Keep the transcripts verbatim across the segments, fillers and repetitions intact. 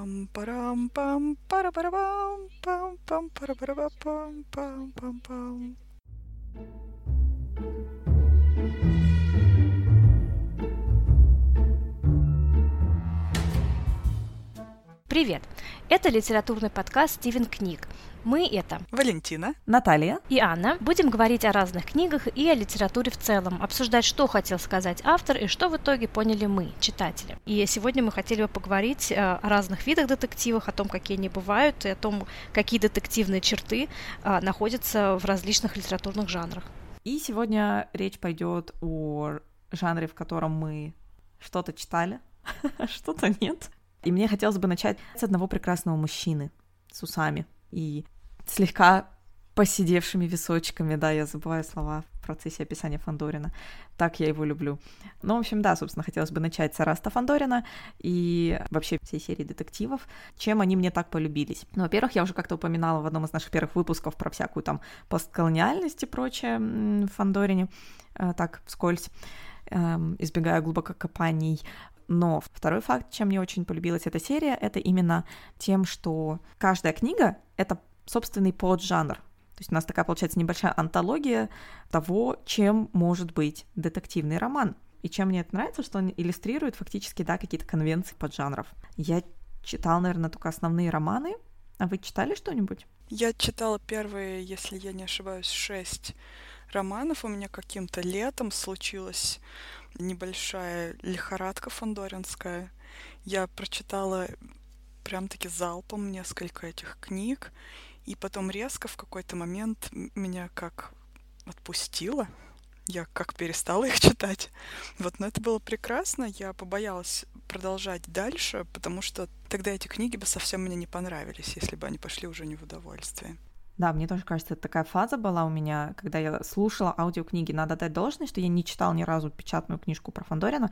пам парам пам пара пара пам пам пам пара пара пам пам пам пам. Привет! Это литературный подкаст «Стивен книг». Мы — это Валентина, Наталья и Анна. Будем говорить о разных книгах и о литературе в целом, обсуждать, что хотел сказать автор и что в итоге поняли мы, читатели. И сегодня мы хотели бы поговорить о разных видах детективов, о том, какие они бывают, и о том, какие детективные черты находятся в различных литературных жанрах. И сегодня речь пойдет о жанре, в котором мы что-то читали, что-то нет. И мне хотелось бы начать с одного прекрасного мужчины с усами и слегка поседевшими височками. Да, я забываю слова в процессе описания Фандорина. Так я его люблю. Ну, в общем, да, собственно, хотелось бы начать с Араста Фандорина и вообще всей серии детективов. Чем они мне так полюбились? Ну, во-первых, я уже как-то упоминала в одном из наших первых выпусков про всякую там постколониальность и прочее в Фандорине. Так, вскользь, избегая глубококопаний. Но второй факт, чем мне очень полюбилась эта серия, это именно тем, что каждая книга — это собственный поджанр. То есть у нас такая, получается, небольшая антология того, чем может быть детективный роман. И чем мне это нравится, что он иллюстрирует фактически, да, какие-то конвенции поджанров. Я читала, наверное, только основные романы. А вы читали что-нибудь? Я читала первые, если я не ошибаюсь, шесть романов. У меня каким-то летом случилась небольшая лихорадка фандоринская. Я прочитала прям-таки залпом несколько этих книг, и потом резко в какой-то момент меня как отпустило. Я как перестала их читать. Вот, но это было прекрасно. Я побоялась продолжать дальше, потому что тогда эти книги бы совсем мне не понравились, если бы они пошли уже не в удовольствие. Да, мне тоже кажется, это такая фаза была у меня, когда я слушала аудиокниги. Надо дать должное, что я не читала ни разу печатную книжку про Фандорина.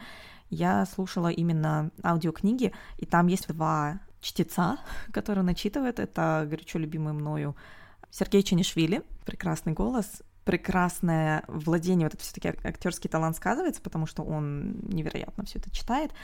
Я слушала именно аудиокниги, и там есть два чтеца, которые начитывают. Это горячо любимый мною Сергей Чанишвили, прекрасный голос, прекрасное владение, вот это все-таки актерский талант сказывается, потому что он невероятно все это читает.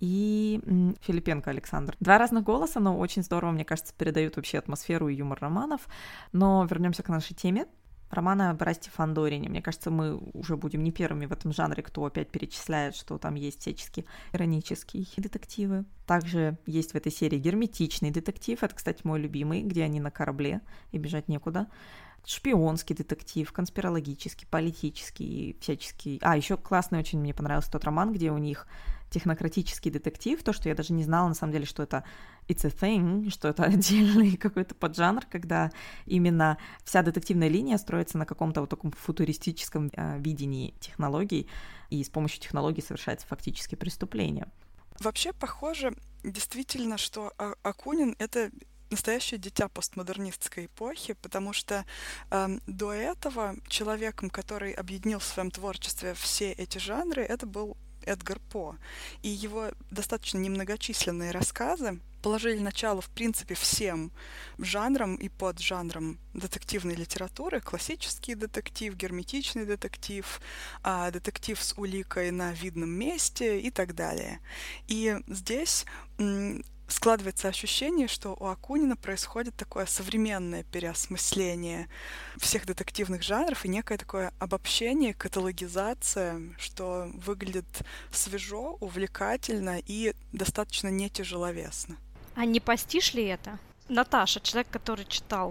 И Филипенко Александр. Два разных голоса, но очень здорово, мне кажется, передают вообще атмосферу и юмор романов. Но вернемся к нашей теме. Романы об Арасте Фандорине. Мне кажется, мы уже будем не первыми в этом жанре, кто опять перечисляет, что там есть всяческие иронические детективы. Также есть в этой серии герметичный детектив. Это, кстати, мой любимый, где они на корабле и бежать некуда. Шпионский детектив, конспирологический, политический, всяческий. А, еще классный очень мне понравился тот роман, где у них технократический детектив, то, что я даже не знала, на самом деле, что это it's a thing, что это отдельный какой-то поджанр, когда именно вся детективная линия строится на каком-то вот таком футуристическом э, видении технологий, и с помощью технологий совершается фактически преступление. Вообще, похоже, действительно, что а- Акунин — это настоящее дитя постмодернистской эпохи, потому что э, до этого человеком, который объединил в своем творчестве все эти жанры, это был Эдгар По. И его достаточно немногочисленные рассказы положили начало, в принципе, всем жанрам и поджанрам детективной литературы. Классический детектив, герметичный детектив, а, детектив с уликой на видном месте и так далее. И здесь м- складывается ощущение, что у Акунина происходит такое современное переосмысление всех детективных жанров и некое такое обобщение, каталогизация, что выглядит свежо, увлекательно и достаточно нетяжеловесно. А не пастишь ли это? Наташа, человек, который читал,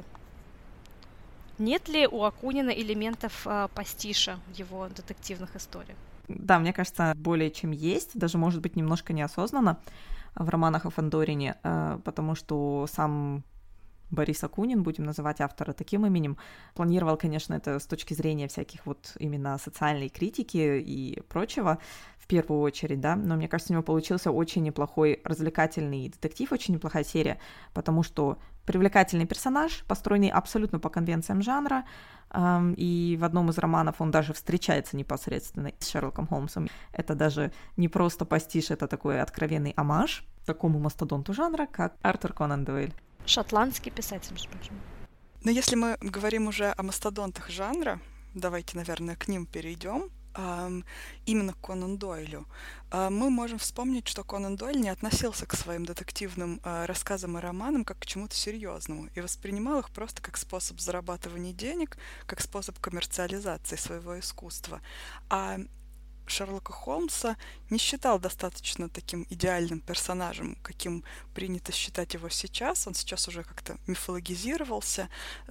нет ли у Акунина элементов э, пастиша в его детективных историях? Да, мне кажется, более чем есть, даже, может быть, немножко неосознанно в романах о Фандорине, потому что сам Борис Акунин, будем называть автора таким именем, планировал, конечно, это с точки зрения всяких вот именно социальной критики и прочего, в первую очередь, да, но мне кажется, у него получился очень неплохой развлекательный детектив, очень неплохая серия, потому что привлекательный персонаж, построенный абсолютно по конвенциям жанра, и в одном из романов он даже встречается непосредственно с Шерлоком Холмсом. Это даже не просто пастиш, это такой откровенный омаж такому мастодонту жанра, как Артур Конан Дойль. Шотландский писатель, между прочим. Но если мы говорим уже о мастодонтах жанра, давайте, наверное, к ним перейдем. эм, именно к Конан Дойлю. Э, мы можем вспомнить, что Конан Дойль не относился к своим детективным э, рассказам и романам как к чему-то серьезному и воспринимал их просто как способ зарабатывания денег, как способ коммерциализации своего искусства. А Шерлока Холмса не считал достаточно таким идеальным персонажем, каким принято считать его сейчас. Он сейчас уже как-то мифологизировался.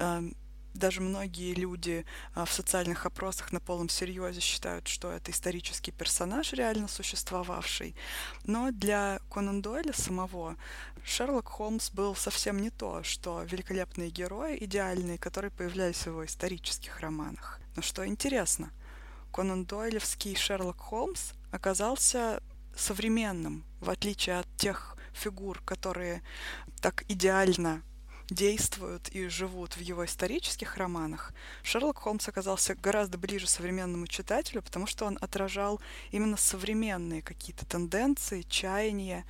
Даже многие люди в социальных опросах на полном серьезе считают, что это исторический персонаж, реально существовавший. Но для Конан Дойля самого Шерлок Холмс был совсем не то, что великолепные герои, идеальные, которые появлялись в его исторических романах. Но что интересно, Конан Дойлевский Шерлок Холмс оказался современным, в отличие от тех фигур, которые так идеально действуют и живут в его исторических романах. Шерлок Холмс оказался гораздо ближе современному читателю, потому что он отражал именно современные какие-то тенденции, чаяния,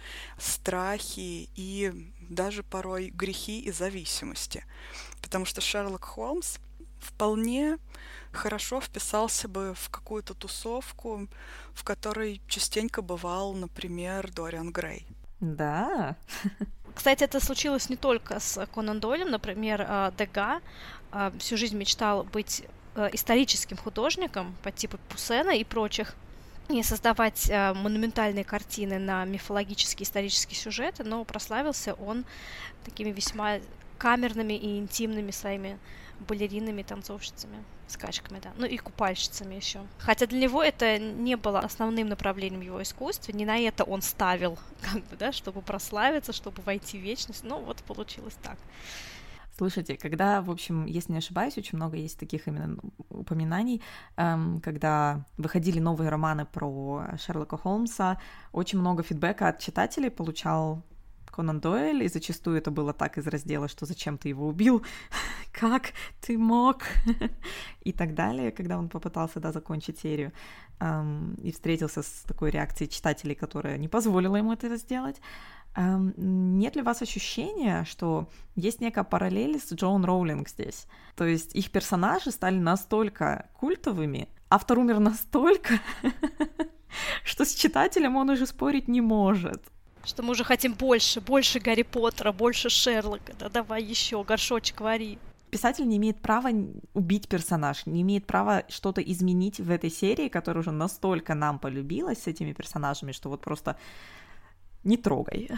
страхи и даже порой грехи и зависимости. Потому что Шерлок Холмс вполне хорошо вписался бы в какую-то тусовку, в которой частенько бывал, например, Дориан Грей. Да. Кстати, это случилось не только с Конан Дойлем. Например, Дега всю жизнь мечтал быть историческим художником по типу Пуссена и прочих, и создавать монументальные картины на мифологические исторические сюжеты, но прославился он такими весьма камерными и интимными своими балеринами, танцовщицами, скачками, да, ну и купальщицами еще. Хотя для него это не было основным направлением его искусства, не на это он ставил, как бы, да, чтобы прославиться, чтобы войти в вечность, но вот получилось так. Слушайте, когда, в общем, если не ошибаюсь, очень много есть таких именно упоминаний, эм, когда выходили новые романы про Шерлока Холмса, очень много фидбэка от читателей получал Конан Дойль, и зачастую это было так из раздела, что зачем ты его убил, как ты мог, и так далее, когда он попытался, да, закончить серию, эм, и встретился с такой реакцией читателей, которая не позволила ему это сделать. Эм, нет ли у вас ощущения, что есть некая параллель с Джоан Роулинг здесь? То есть их персонажи стали настолько культовыми, автор умер настолько, что с читателем он уже спорить не может. Что мы уже хотим больше, больше Гарри Поттера, больше Шерлока, да давай еще, горшочек вари. Писатель не имеет права убить персонаж, не имеет права что-то изменить в этой серии, которая уже настолько нам полюбилась с этими персонажами, что вот просто не трогай.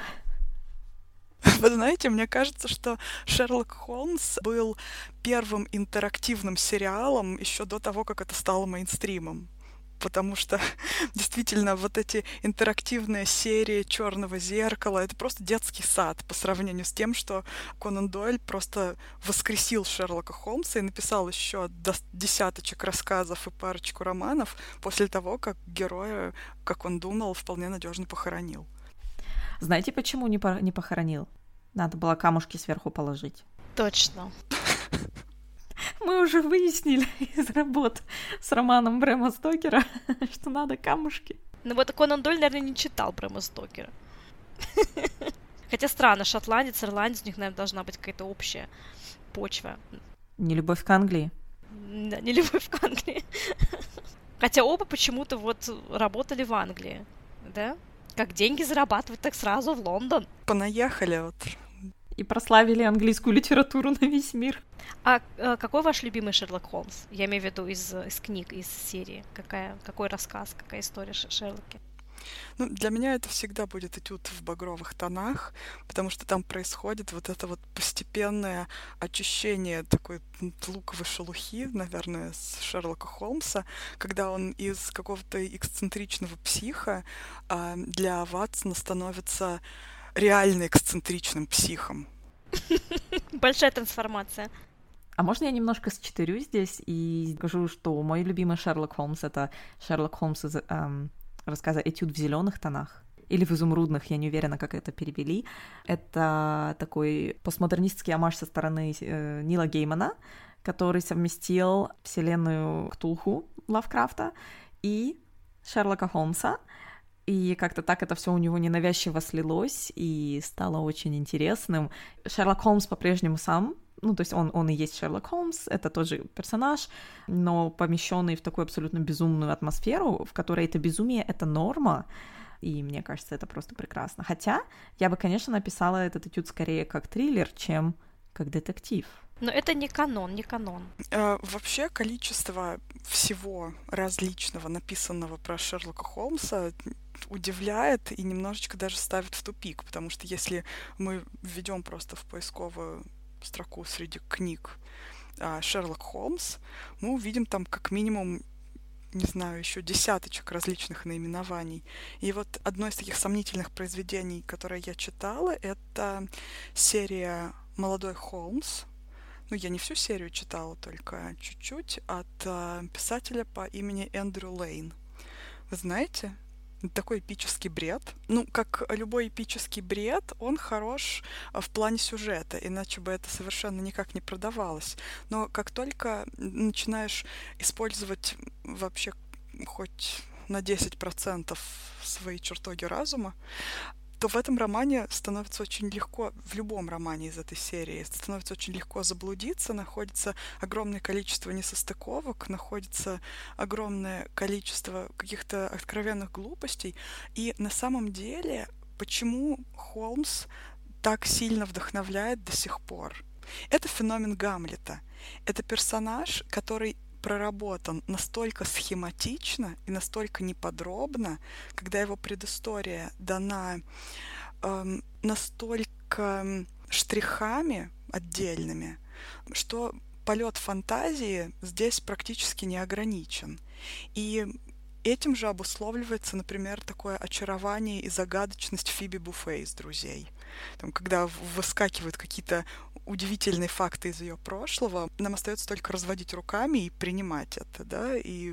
Вы знаете, мне кажется, что Шерлок Холмс был первым интерактивным сериалом еще до того, как это стало мейнстримом. Потому что действительно вот эти интерактивные серии «Черного зеркала» — это просто детский сад по сравнению с тем, что Конан Дойль просто воскресил Шерлока Холмса и написал еще десяточек рассказов и парочку романов после того, как героя, как он думал, вполне надежно похоронил. Знаете, почему не, по- не похоронил? Надо было камушки сверху положить. Точно. Мы уже выяснили из работ с романом Брэма Стокера, что надо камушки. Ну вот Конан Дойль, наверное, не читал Брэма Стокера. Хотя странно, шотландец, ирландец, у них, наверное, должна быть какая-то общая почва. Не любовь к Англии. Да, не любовь к Англии. Хотя оба почему-то вот работали в Англии, да? Как деньги зарабатывать, так сразу в Лондон. Понаехали вот. И прославили английскую литературу на весь мир. А, а какой ваш любимый Шерлок Холмс? Я имею в виду из, из книг, из серии. Какая, какой рассказ, какая история Шерлоки? Ну, для меня это всегда будет этюд в багровых тонах, потому что там происходит вот это вот постепенное очищение такой луковой шелухи, наверное, с Шерлока Холмса, когда он из какого-то эксцентричного психа а, для Ватсона становится реально эксцентричным психом. Большая трансформация. А можно я немножко счетырю здесь и скажу, что мой любимый Шерлок Холмс — это Шерлок Холмс из эм, рассказа «Этюд в зеленых тонах» или в изумрудных, я не уверена, как это перевели. Это такой постмодернистский омаж со стороны э, Нила Геймана, который совместил вселенную Ктулху Лавкрафта и Шерлока Холмса. И как-то так это все у него ненавязчиво слилось и стало очень интересным. Шерлок Холмс по-прежнему сам ну, то есть он, он и есть Шерлок Холмс, это тоже персонаж, но помещенный в такую абсолютно безумную атмосферу, в которой это безумие — это норма, и мне кажется, это просто прекрасно. Хотя я бы, конечно, написала этот этюд скорее как триллер, чем как детектив. Но это не канон, не канон. Э, вообще количество всего различного, написанного про Шерлока Холмса, удивляет и немножечко даже ставит в тупик, потому что если мы введем просто в поисковую строку среди книг а, Шерлок Холмс, мы увидим там как минимум, не знаю, еще десяточек различных наименований. И вот одно из таких сомнительных произведений, которое я читала, это серия «Молодой Холмс». Ну, я не всю серию читала, только чуть-чуть, от а, писателя по имени Эндрю Лейн. Вы знаете? Такой эпический бред. Ну, как любой эпический бред, он хорош в плане сюжета, иначе бы это совершенно никак не продавалось. Но как только начинаешь использовать вообще хоть на десять процентов свои чертоги разума, то в этом романе становится очень легко, в любом романе из этой серии, становится очень легко заблудиться, находится огромное количество несостыковок, находится огромное количество каких-то откровенных глупостей. И на самом деле, почему Холмс так сильно вдохновляет до сих пор? Это феномен Гамлета. Это персонаж, который проработан настолько схематично и настолько неподробно, когда его предыстория дана э, настолько штрихами отдельными, что полет фантазии здесь практически не ограничен. И этим же обусловливается, например, такое очарование и загадочность Фиби Буффе из «Друзей». Там, когда выскакивают какие-то удивительные факты из ее прошлого, нам остается только разводить руками и принимать это, да, и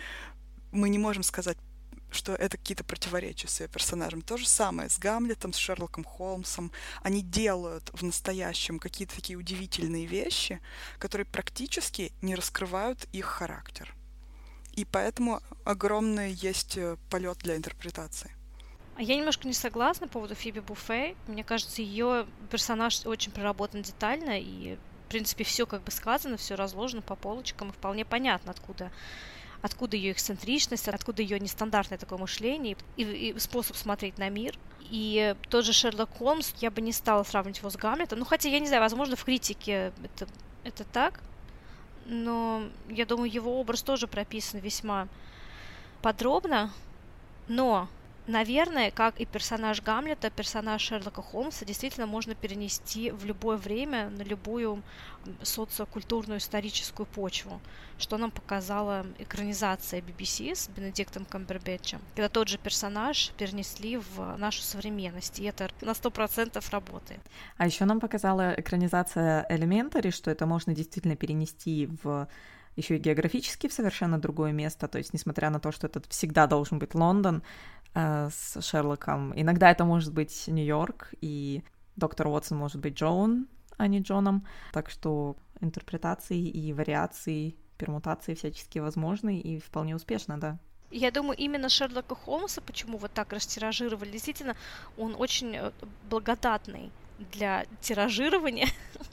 мы не можем сказать, что это какие-то противоречия с ее персонажем. То же самое с Гамлетом, с Шерлоком Холмсом. Они делают в настоящем какие-то такие удивительные вещи, которые практически не раскрывают их характер. И поэтому огромный есть полет для интерпретации. Я немножко не согласна по поводу Фиби Буффе. Мне кажется, ее персонаж очень проработан детально, и, в принципе, все как бы сказано, все разложено по полочкам, и вполне понятно, откуда, откуда ее эксцентричность, откуда ее нестандартное такое мышление и, и способ смотреть на мир. И тот же Шерлок Холмс, я бы не стала сравнивать его с Гамлетом. Ну, хотя, я не знаю, возможно, в критике это, это так, но я думаю, его образ тоже прописан весьма подробно, но... Наверное, как и персонаж Гамлета, персонаж Шерлока Холмса действительно можно перенести в любое время на любую социокультурную историческую почву, что нам показала экранизация би би си с Бенедиктом Камбербэтчем, когда тот же персонаж перенесли в нашу современность, и это на сто процентов работает. А еще нам показала экранизация Elementary, что это можно действительно перенести в еще и географически в совершенно другое место, то есть несмотря на то, что это всегда должен быть Лондон э, с Шерлоком, иногда это может быть Нью-Йорк, и доктор Уотсон может быть Джоан, а не Джоном, так что интерпретации и вариации, пермутации всячески возможны и вполне успешно, да. Я думаю, именно Шерлока Холмса, почему вот так растиражировали, действительно, он очень благодатный для тиражирования,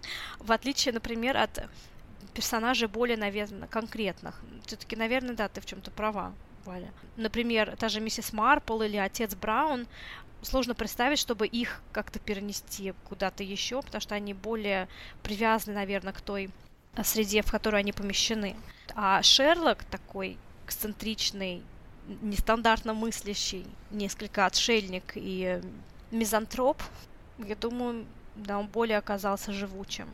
в отличие, например, от персонажей более, наверное, конкретных. Все-таки, наверное, да, ты в чем-то права, Валя. Например, та же миссис Марпл или отец Браун, сложно представить, чтобы их как-то перенести куда-то еще, потому что они более привязаны, наверное, к той среде, в которой они помещены. А Шерлок такой эксцентричный, нестандартно мыслящий, несколько отшельник и мизантроп, я думаю, да, он более оказался живучим.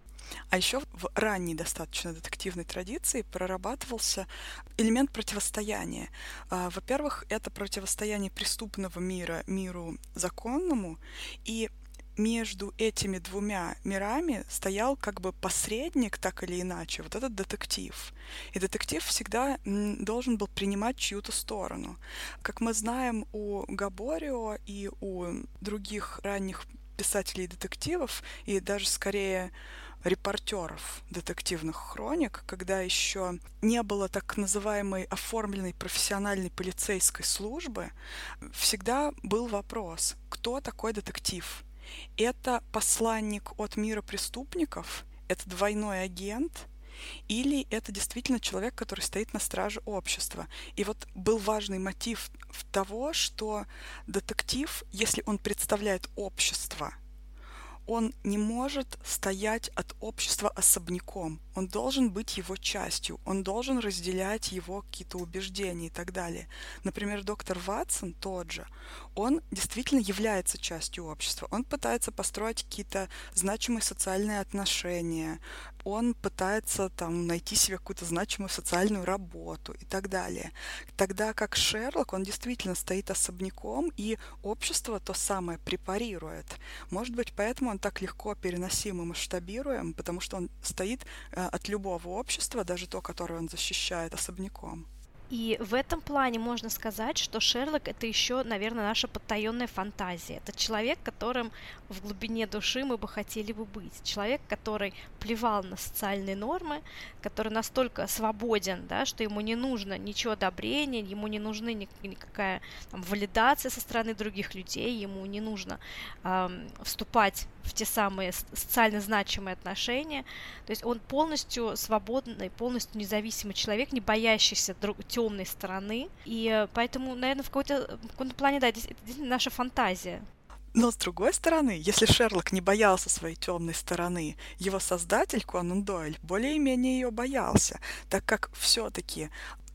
А еще в ранней достаточно детективной традиции прорабатывался элемент противостояния. Во-первых, это противостояние преступного мира миру законному, и между этими двумя мирами стоял как бы посредник, так или иначе, вот этот детектив. И детектив всегда должен был принимать чью-то сторону. Как мы знаем, у Габорио и у других ранних писателей детективов, и даже скорее репортеров детективных хроник, когда еще не было так называемой оформленной профессиональной полицейской службы, всегда был вопрос, кто такой детектив? Это посланник от мира преступников? это двойной агент, или это действительно человек, который стоит на страже общества. И вот был важный мотив в того, что детектив, если он представляет общество, он не может стоять от общества особняком. Он должен быть его частью, он должен разделять его какие-то убеждения и так далее. Например, доктор Ватсон тот же, он действительно является частью общества. Он пытается построить какие-то значимые социальные отношения, он пытается там найти себе какую-то значимую социальную работу и так далее. Тогда как Шерлок, он действительно стоит особняком, и общество то самое препарирует. Может быть, поэтому он так легко переносим и масштабируем, потому что он стоит э, от любого общества, даже то, которое он защищает, особняком. И в этом плане можно сказать, что Шерлок — это еще, наверное, наша потаенная фантазия. Это человек, которым в глубине души мы бы хотели бы быть. Человек, который плевал на социальные нормы, который настолько свободен, да, что ему не нужно ничего одобрения, ему не нужна никакая там валидация со стороны других людей, ему не нужно э, вступать в те самые социально значимые отношения. То есть он полностью свободный, полностью независимый человек, не боящийся друг, темной стороны. И поэтому, наверное, в какой-то, в каком-то плане, да, это действительно наша фантазия. Но с другой стороны, если Шерлок не боялся своей темной стороны, его создатель Конан Дойль более-менее ее боялся, так как все-таки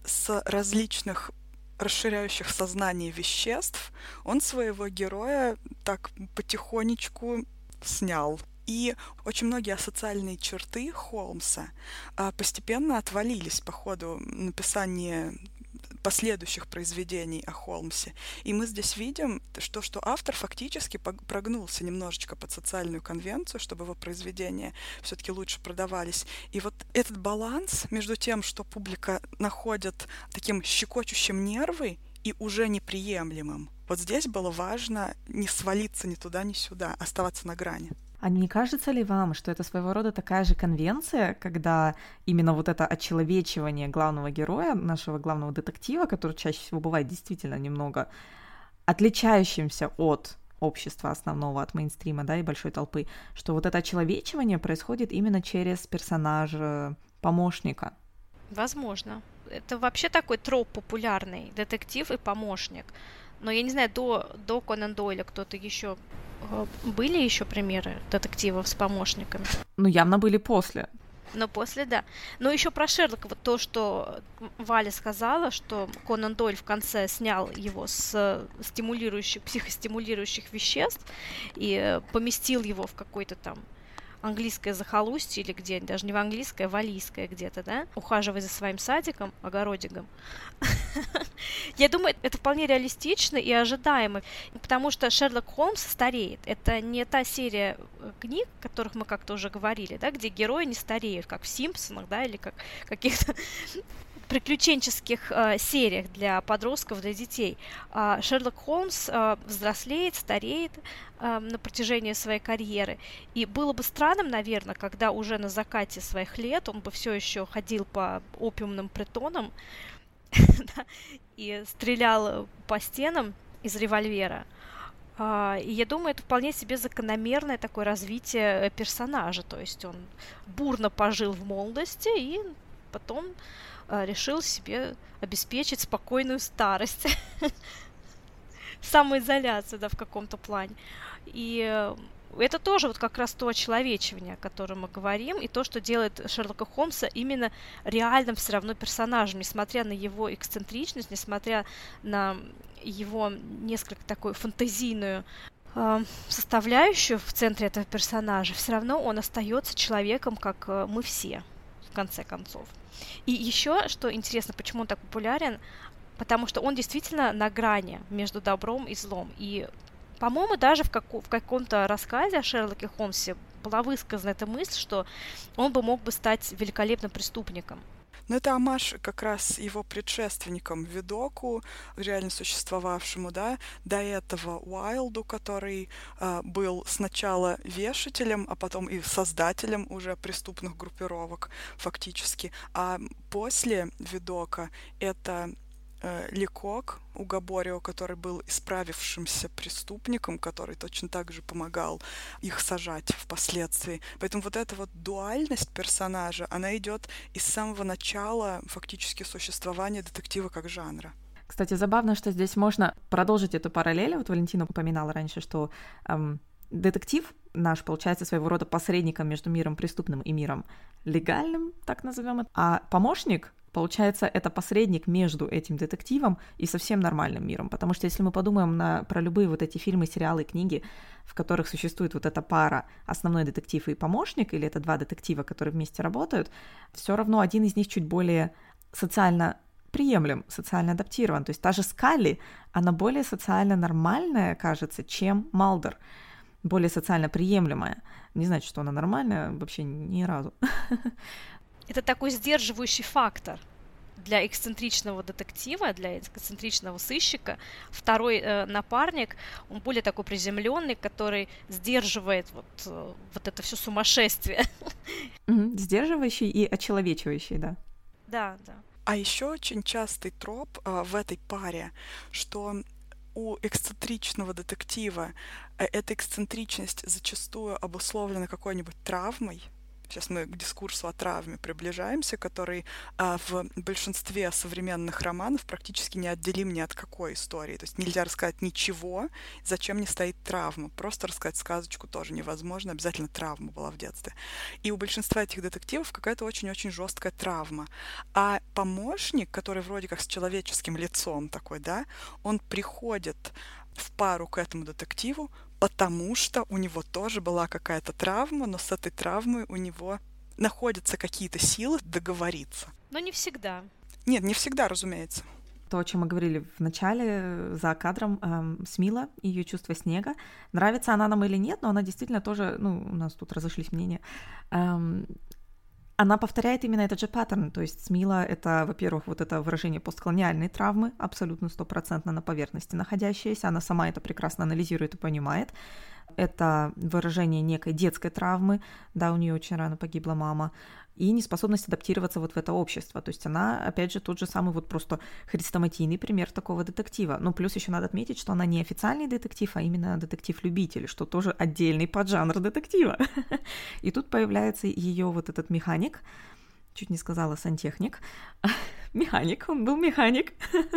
с различных расширяющих сознание веществ он своего героя так потихонечку снял. И очень многие асоциальные черты Холмса а, постепенно отвалились по ходу написания последующих произведений о Холмсе. И мы здесь видим, что, что автор фактически прогнулся немножечко под социальную конвенцию, чтобы его произведения все-таки лучше продавались. И вот этот баланс между тем, что публика находит таким щекочущим нервы и уже неприемлемым, вот здесь было важно не свалиться ни туда, ни сюда, оставаться на грани. А не кажется ли вам, что это своего рода такая же конвенция, когда именно вот это очеловечивание главного героя, нашего главного детектива, который чаще всего бывает действительно немного отличающимся от общества основного, от мейнстрима, да, и большой толпы, что вот это очеловечивание происходит именно через персонажа помощника? Возможно. Это вообще такой троп популярный, детектив и помощник. Но я не знаю, до, до Конан Дойля кто-то еще... Были еще примеры детективов с помощниками? Ну, явно были после. Но после, да. Но еще про Шерлока, вот то, что Валя сказала, что Конан Дойль в конце снял его с стимулирующих, психостимулирующих веществ и поместил его в какой-то там английское захолустье или где, даже не в английское, а в валийское где-то, да, ухаживая за своим садиком, огородиком. Я думаю, это вполне реалистично и ожидаемо, потому что Шерлок Холмс стареет. Это не та серия книг, о которых мы как-то уже говорили, да, где герои не стареют, как в «Симпсонах», да, или как в каких-то приключенческих э, сериях для подростков, для детей. А Шерлок Холмс э, взрослеет, стареет э, на протяжении своей карьеры. И было бы странным, наверное, когда уже на закате своих лет он бы все еще ходил по опиумным притонам и стрелял по стенам из револьвера. И я думаю, это вполне себе закономерное такое развитие персонажа. То есть он бурно пожил в молодости и потом решил себе обеспечить спокойную старость, самоизоляцию, да, в каком-то плане. И это тоже вот как раз то очеловечивание, о котором мы говорим, и то, что делает Шерлока Холмса именно реальным все равно персонажем, несмотря на его эксцентричность, несмотря на его несколько такую фантазийную э, составляющую в центре этого персонажа, все равно он остается человеком, как мы все, в конце концов. И еще, что интересно, почему он так популярен, потому что он действительно на грани между добром и злом. И, по-моему, даже в, како- в каком-то рассказе о Шерлоке Холмсе была высказана эта мысль, что он бы мог бы стать великолепным преступником. Но это омаж как раз его предшественникам Видоку, реально существовавшему, да, до этого Уайлду, который э, был сначала вешателем, а потом и создателем уже преступных группировок фактически, а после Видока это э, Ликок у Габорио, который был исправившимся преступником, который точно так же помогал их сажать впоследствии. Поэтому вот эта вот дуальность персонажа, она идет из самого начала фактически существования детектива как жанра. Кстати, забавно, что здесь можно продолжить эту параллель. Вот Валентина упоминала раньше, что эм, детектив наш получается своего рода посредником между миром преступным и миром легальным, так назовем это. А помощник, получается, это посредник между этим детективом и совсем нормальным миром. Потому что если мы подумаем на, про любые вот эти фильмы, сериалы, книги, в которых существует вот эта пара основной детектив и помощник, или это два детектива, которые вместе работают, все равно один из них чуть более социально приемлем, социально адаптирован. То есть та же Скалли, она более социально нормальная, кажется, чем Малдер. Более социально приемлемая. Не значит, что она нормальная, вообще ни разу. Это такой сдерживающий фактор для эксцентричного детектива, для эксцентричного сыщика. Второй э, напарник, он более такой приземленный, который сдерживает вот, э, вот это все сумасшествие. Mm-hmm. Сдерживающий и очеловечивающий, да. Да, да. А еще очень частый троп э, в этой паре, что у эксцентричного детектива э, эта эксцентричность зачастую обусловлена какой-нибудь травмой. Сейчас мы к дискурсу о травме приближаемся, который а, в большинстве современных романов практически неотделим ни от какой истории. То есть нельзя рассказать ничего, зачем не стоит травма. Просто рассказать сказочку тоже невозможно, обязательно травма была в детстве. И у большинства этих детективов какая-то очень-очень жесткая травма. А помощник, который вроде как с человеческим лицом такой, да, он приходит в пару к этому детективу, потому что у него тоже была какая-то травма, но с этой травмой у него находятся какие-то силы договориться. Но не всегда. Нет, не всегда, разумеется. То, о чем мы говорили в начале, за кадром, эм, Смила и ее чувство снега. Нравится она нам или нет, но она действительно тоже, ну, у нас тут разошлись мнения, эм, она повторяет именно этот же паттерн, то есть Смила — это, во-первых, вот это выражение постколониальной травмы, абсолютно стопроцентно на поверхности находящееся, она сама это прекрасно анализирует и понимает. Это выражение некой детской травмы, да, у нее очень рано погибла мама, и неспособность адаптироваться вот в это общество. То есть она, опять же, тот же самый вот просто хрестоматийный пример такого детектива. Ну, плюс еще надо отметить, что она не официальный детектив, а именно детектив-любитель, что тоже отдельный поджанр детектива. И тут появляется ее вот этот механик, чуть не сказала сантехник, механик, он был механик.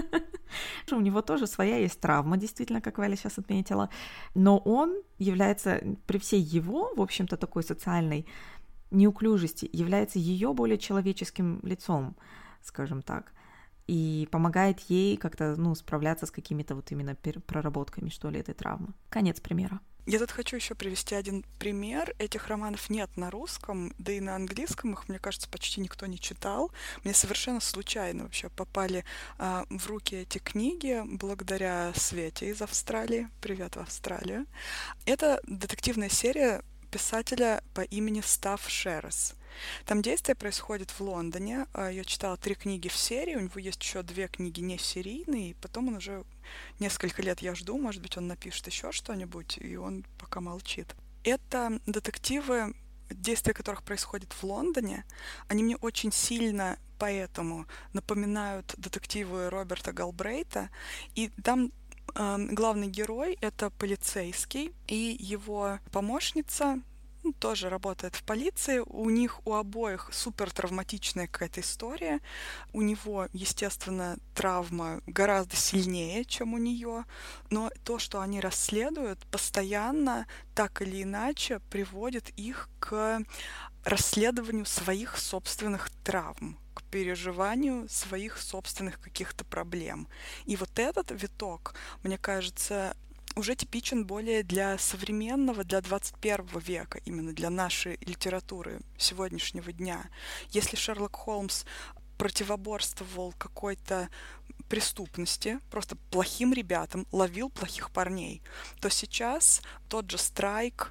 У него тоже своя есть травма, действительно, как Валя сейчас отметила, но он является, при всей его, в общем-то, такой социальной неуклюжести, является ее более человеческим лицом, скажем так, и помогает ей как-то, ну, справляться с какими-то вот именно проработками, что ли, этой травмы. Конец примера. Я тут хочу еще привести один пример. Этих романов нет на русском, да и на английском их, мне кажется, почти никто не читал. Мне совершенно случайно вообще попали а, в руки эти книги благодаря Свете из Австралии. Привет в Австралию. Это детективная серия писателя по имени Став Шерес. Там действие происходит в Лондоне. Я читала три книги в серии, у него есть еще две книги не серийные, и потом он уже несколько лет я жду, может быть, он напишет еще что-нибудь, и он пока молчит. Это детективы, действия которых происходят в Лондоне. Они мне очень сильно поэтому напоминают детективы Роберта Галбрейта, и там главный герой — это полицейский, и его помощница ну, тоже работает в полиции. У них у обоих супер травматичная какая-то история. У него, естественно, травма гораздо сильнее, чем у нее, но то, что они расследуют, постоянно так или иначе приводит их к расследованию своих собственных травм, к переживанию своих собственных каких-то проблем. И вот этот виток, мне кажется, уже типичен более для современного, для двадцать первого века, именно для нашей литературы сегодняшнего дня. Если Шерлок Холмс противоборствовал какой-то преступности, просто плохим ребятам, ловил плохих парней, то сейчас тот же Страйк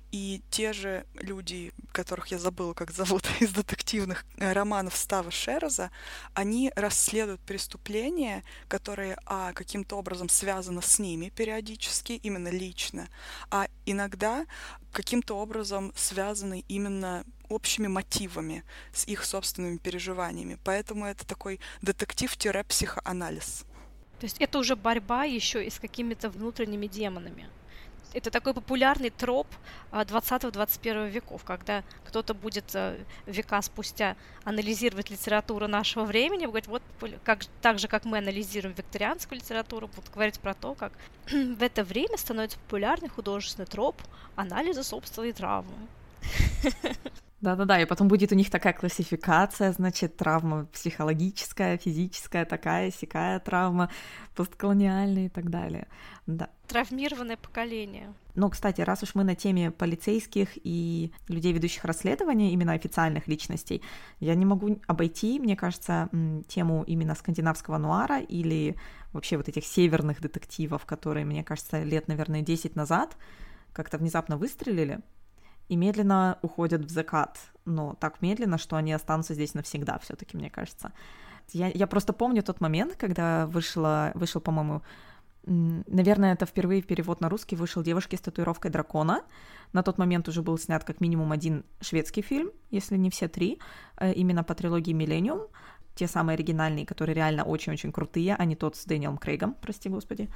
И те же люди, которых я забыла, как зовут, из детективных романов Става Шероза, они расследуют преступления, которые, а, каким-то образом связаны с ними периодически, именно лично, а иногда каким-то образом связаны именно общими мотивами, с их собственными переживаниями. Поэтому это такой детектив-психоанализ. То есть это уже борьба еще и с какими-то внутренними демонами. Это такой популярный троп двадцатого-двадцать первого веков, когда кто-то будет века спустя анализировать литературу нашего времени, говорить, вот как, так же, как мы анализируем викторианскую литературу, будут говорить про то, как в это время становится популярный художественный троп анализа собственной травмы. Да-да-да, и потом будет у них такая классификация, значит, травма психологическая, физическая, такая, сякая травма, постколониальная и так далее. Да. Травмированное поколение. Ну, кстати, раз уж мы на теме полицейских и людей, ведущих расследования, именно официальных личностей, я не могу обойти, мне кажется, тему именно скандинавского нуара или вообще вот этих северных детективов, которые, мне кажется, лет, наверное, десять назад как-то внезапно выстрелили и медленно уходят в закат, но так медленно, что они останутся здесь навсегда все-таки, мне кажется. Я, я просто помню тот момент, когда вышла, вышел, по-моему, наверное, это впервые перевод на русский вышел «Девушки с татуировкой дракона». На тот момент уже был снят как минимум один шведский фильм, если не все три, именно по трилогии «Миллениум». Те самые оригинальные, которые реально очень-очень крутые, а не тот с Дэниелом Крейгом, прости господи.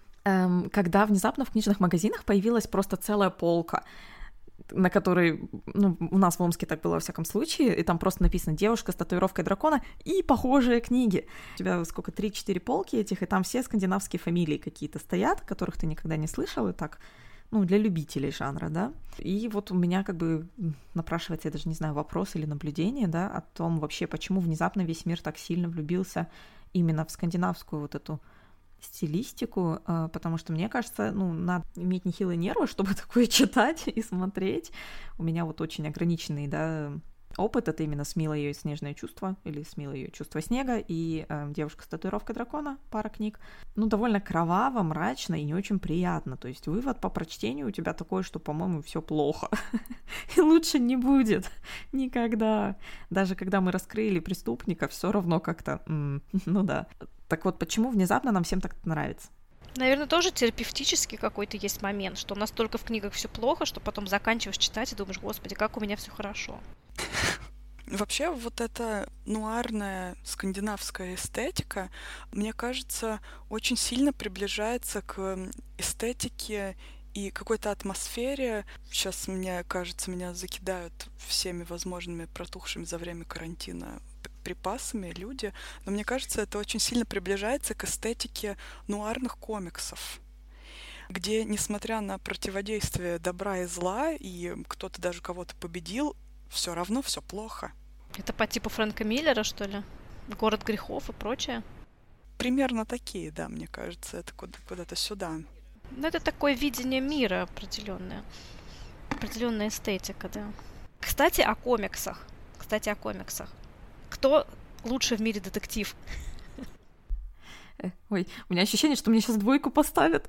Когда внезапно в книжных магазинах появилась просто целая полка, на которой, ну, у нас в Омске так было во всяком случае, и там просто написано «Девушка с татуировкой дракона» и похожие книги. У тебя сколько, три-четыре полки этих, и там все скандинавские фамилии какие-то стоят, которых ты никогда не слышал, и так, ну, для любителей жанра, да. И вот у меня как бы напрашивается, я даже не знаю, вопрос или наблюдение, да, о том вообще, почему внезапно весь мир так сильно влюбился именно в скандинавскую вот эту стилистику, потому что, мне кажется, ну, надо иметь нехилые нервы, чтобы такое читать и смотреть. У меня вот очень ограниченный, да, опыт. Это именно «Смила ее снежное чувство» или «Смила ее чувство снега» и э, «Девушка с татуировкой дракона», пара книг. Ну, довольно кроваво, мрачно и не очень приятно. То есть вывод по прочтению у тебя такой, что, по-моему, все плохо. И лучше не будет никогда. Даже когда мы раскрыли преступника, все равно как-то, м- ну да. Так вот, почему внезапно нам всем так нравится? Наверное, тоже терапевтический какой-то есть момент, что настолько в книгах все плохо, что потом заканчиваешь читать и думаешь, господи, как у меня все хорошо. Вообще, вот эта нуарная скандинавская эстетика, мне кажется, очень сильно приближается к эстетике и какой-то атмосфере. Сейчас, мне кажется, меня закидают всеми возможными протухшими за время карантина припасами люди, но мне кажется, это очень сильно приближается к эстетике нуарных комиксов, где, несмотря на противодействие добра и зла, и кто-то даже кого-то победил, все равно все плохо. Это по типу Фрэнка Миллера, что ли? «Город грехов» и прочее? Примерно такие, да, мне кажется, это куда- куда-то сюда. Ну, это такое видение мира определенное. Определенная эстетика, да. Кстати, о комиксах. Кстати, о комиксах. Кто лучший в мире детектив? Ой, у меня ощущение, что мне сейчас двойку поставят.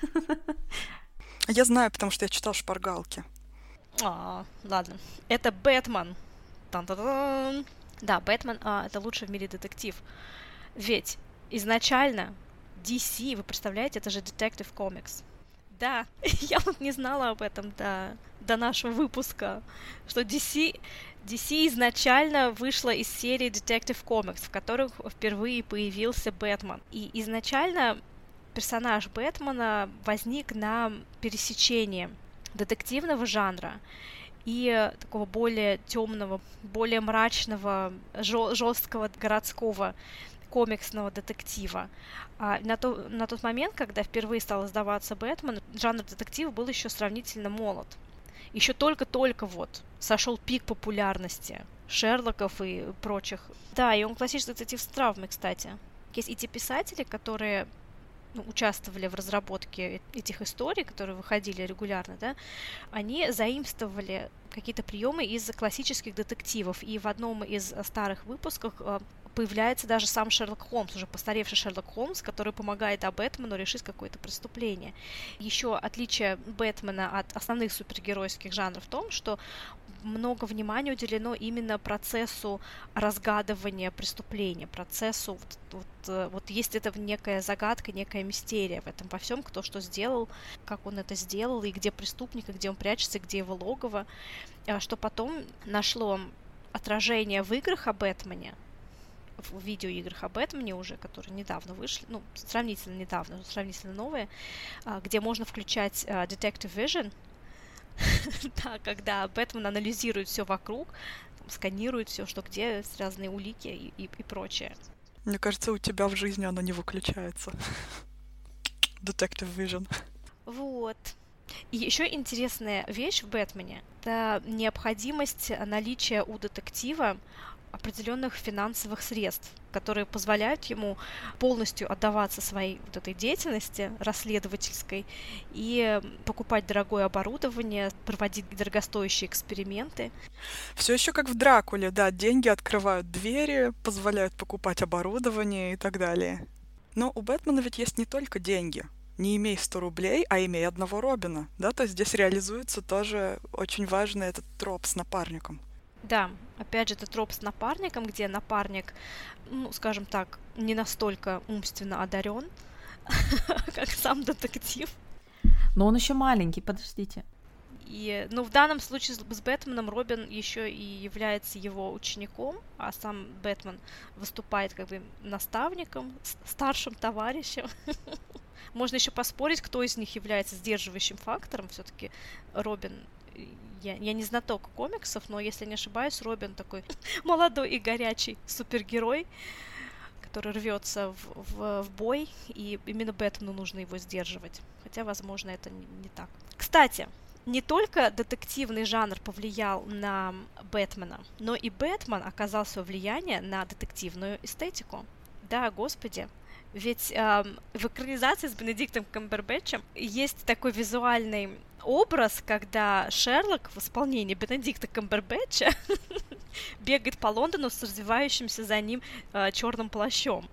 Я знаю, потому что я читал «Шпаргалки». А, ладно. Это Бэтмен. Тан-та-дан. Да, Бэтмен а, это лучший в мире детектив. Ведь изначально ди си, вы представляете, это же Detective Comics. Да, я вот не знала об этом до, до нашего выпуска, что ди си, ди си изначально вышла из серии Detective Comics, в которых впервые появился Бэтмен. И изначально персонаж Бэтмена возник на пересечении детективного жанра и такого более темного, более мрачного, жесткого городского комиксного детектива. А на, то, на тот момент, когда впервые стал издаваться Бэтмен, жанр детектива был еще сравнительно молод. Еще только-только вот сошел пик популярности Шерлоков и прочих. Да, и он классический детектив с травмой, кстати. Есть и те писатели, которые ну, участвовали в разработке этих историй, которые выходили регулярно, да, они заимствовали какие-то приемы из классических детективов. И в одном из старых выпусков появляется даже сам Шерлок Холмс, уже постаревший Шерлок Холмс, который помогает Бэтмену решить какое-то преступление. Еще отличие Бэтмена от основных супергеройских жанров в том, что много внимания уделено именно процессу разгадывания преступления, процессу, вот, вот, вот есть это некая загадка, некая мистерия в этом во всем, кто что сделал, как он это сделал, и где преступник, и где он прячется, и где его логово, что потом нашло отражение в играх о Бэтмене, в видеоиграх о Бэтмене уже, которые недавно вышли, ну, сравнительно недавно, сравнительно новые, где можно включать Detective Vision, да, когда Бэтмен анализирует все вокруг, сканирует все, что где, разные улики и, и, и прочее. Мне кажется, у тебя в жизни оно не выключается. Detective Vision. Вот. И еще интересная вещь в Бэтмене — это необходимость наличия у детектива определенных финансовых средств, которые позволяют ему полностью отдаваться своей вот этой деятельности расследовательской и покупать дорогое оборудование, проводить дорогостоящие эксперименты. Все еще как в Дракуле, да, деньги открывают двери, позволяют покупать оборудование и так далее. Но у Бэтмена ведь есть не только деньги. Не имей сто рублей, а имей одного Робина, да, то есть здесь реализуется тоже очень важный этот троп с напарником. Да, опять же, это троп с напарником, где напарник, ну, скажем так, не настолько умственно одарен, как сам детектив. Но он еще маленький, подождите. И, ну, в данном случае с, с Бэтменом Робин еще и является его учеником, а сам Бэтмен выступает как бы наставником, старшим товарищем. Можно еще поспорить, кто из них является сдерживающим фактором. Все-таки Робин... Я, я не знаток комиксов, но, если не ошибаюсь, Робин такой молодой и горячий супергерой, который рвется в, в, в бой, и именно Бэтмену нужно его сдерживать. Хотя, возможно, это не, не так. Кстати, не только детективный жанр повлиял на Бэтмена, но и Бэтмен оказал свое влияние на детективную эстетику. Да, господи. Ведь э, в экранизации с Бенедиктом Камбербэтчем есть такой визуальный образ, когда Шерлок в исполнении Бенедикта Камбербэтча бегает по Лондону с развивающимся за ним э, черным плащом.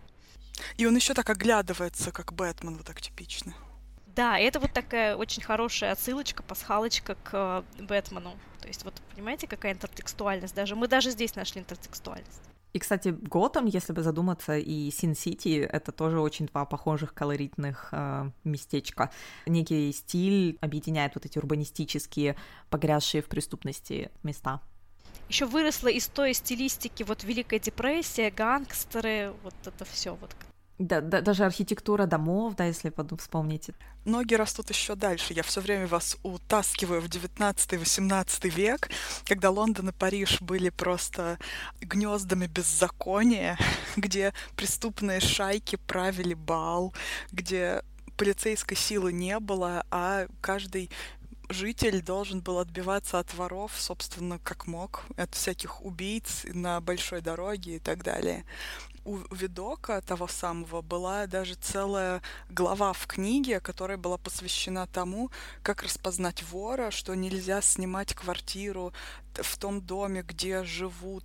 И он еще так оглядывается, как Бэтмен, вот так типично. Да, это вот такая очень хорошая отсылочка, пасхалочка к э, Бэтмену. То есть вот понимаете, какая интертекстуальность? Даже мы даже здесь нашли интертекстуальность. И, кстати, Готэм, если бы задуматься, и Син-Сити — это тоже очень два похожих колоритных э, местечка. Некий стиль объединяет вот эти урбанистические, погрязшие в преступности места. Еще выросла из той стилистики вот Великая депрессия, гангстеры, вот это все вот. Да, да, даже архитектура домов, да, если вспомните. Ноги растут еще дальше. Я все время вас утаскиваю в девятнадцатый-восемнадцатый век, когда Лондон и Париж были просто гнездами беззакония, где преступные шайки правили бал, где полицейской силы не было, а каждый житель должен был отбиваться от воров, собственно, как мог, от всяких убийц на большой дороге и так далее. У Видока, того самого, была даже целая глава в книге, которая была посвящена тому, как распознать вора, что нельзя снимать квартиру в том доме, где живут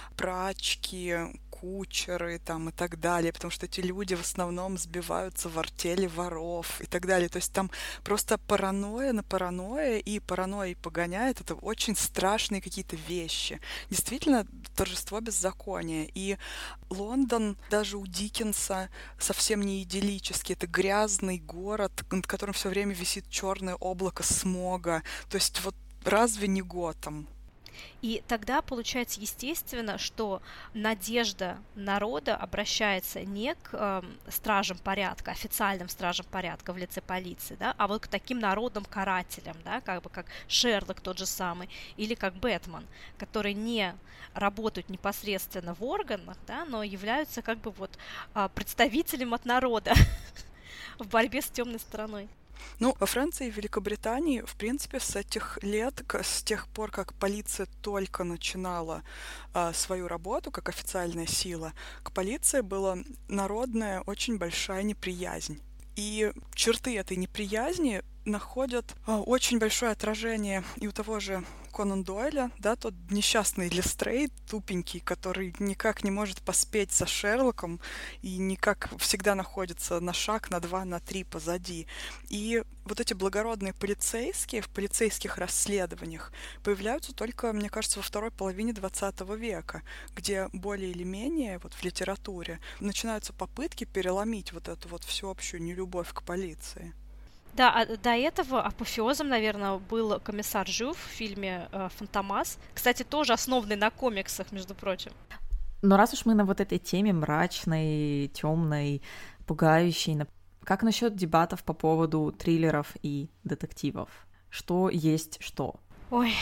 прачки, кучеры там, и так далее, потому что эти люди в основном сбиваются в артели воров и так далее. То есть там просто паранойя на паранойя, и паранойя погоняет. Это очень страшные какие-то вещи. Действительно, торжество беззакония. И Лондон даже у Диккенса совсем не идиллический. Это грязный город, над которым все время висит черное облако смога. То есть вот разве не Готэм? И тогда получается естественно, что надежда народа обращается не к э, стражам порядка, официальным стражам порядка в лице полиции, да, а вот к таким народным-карателям, да, как бы как Шерлок тот же самый, или как Бэтмен, которые не работают непосредственно в органах, да, но являются как бы вот э, представителем от народа в борьбе с темной стороной. Ну, во Франции и Великобритании, в принципе, с этих лет, с тех пор, как полиция только начинала а, свою работу как официальная сила, к полиции была народная очень большая неприязнь. И черты этой неприязни находят а, очень большое отражение и у того же Конан Дойля, да, тот несчастный Лестрейд, тупенький, который никак не может поспеть за Шерлоком и никак всегда находится на шаг, на два, на три позади. И вот эти благородные полицейские в полицейских расследованиях появляются только, мне кажется, во второй половине двадцатого века, где более или менее вот в литературе начинаются попытки переломить вот эту вот всеобщую нелюбовь к полиции. Да, а до этого апофеозом, наверное, был комиссар Жюв в фильме э, «Фантомас». Кстати, тоже основанный на комиксах, между прочим. Но раз уж мы на вот этой теме мрачной, темной, пугающей, как насчет дебатов по поводу триллеров и детективов? Что есть что? Ой...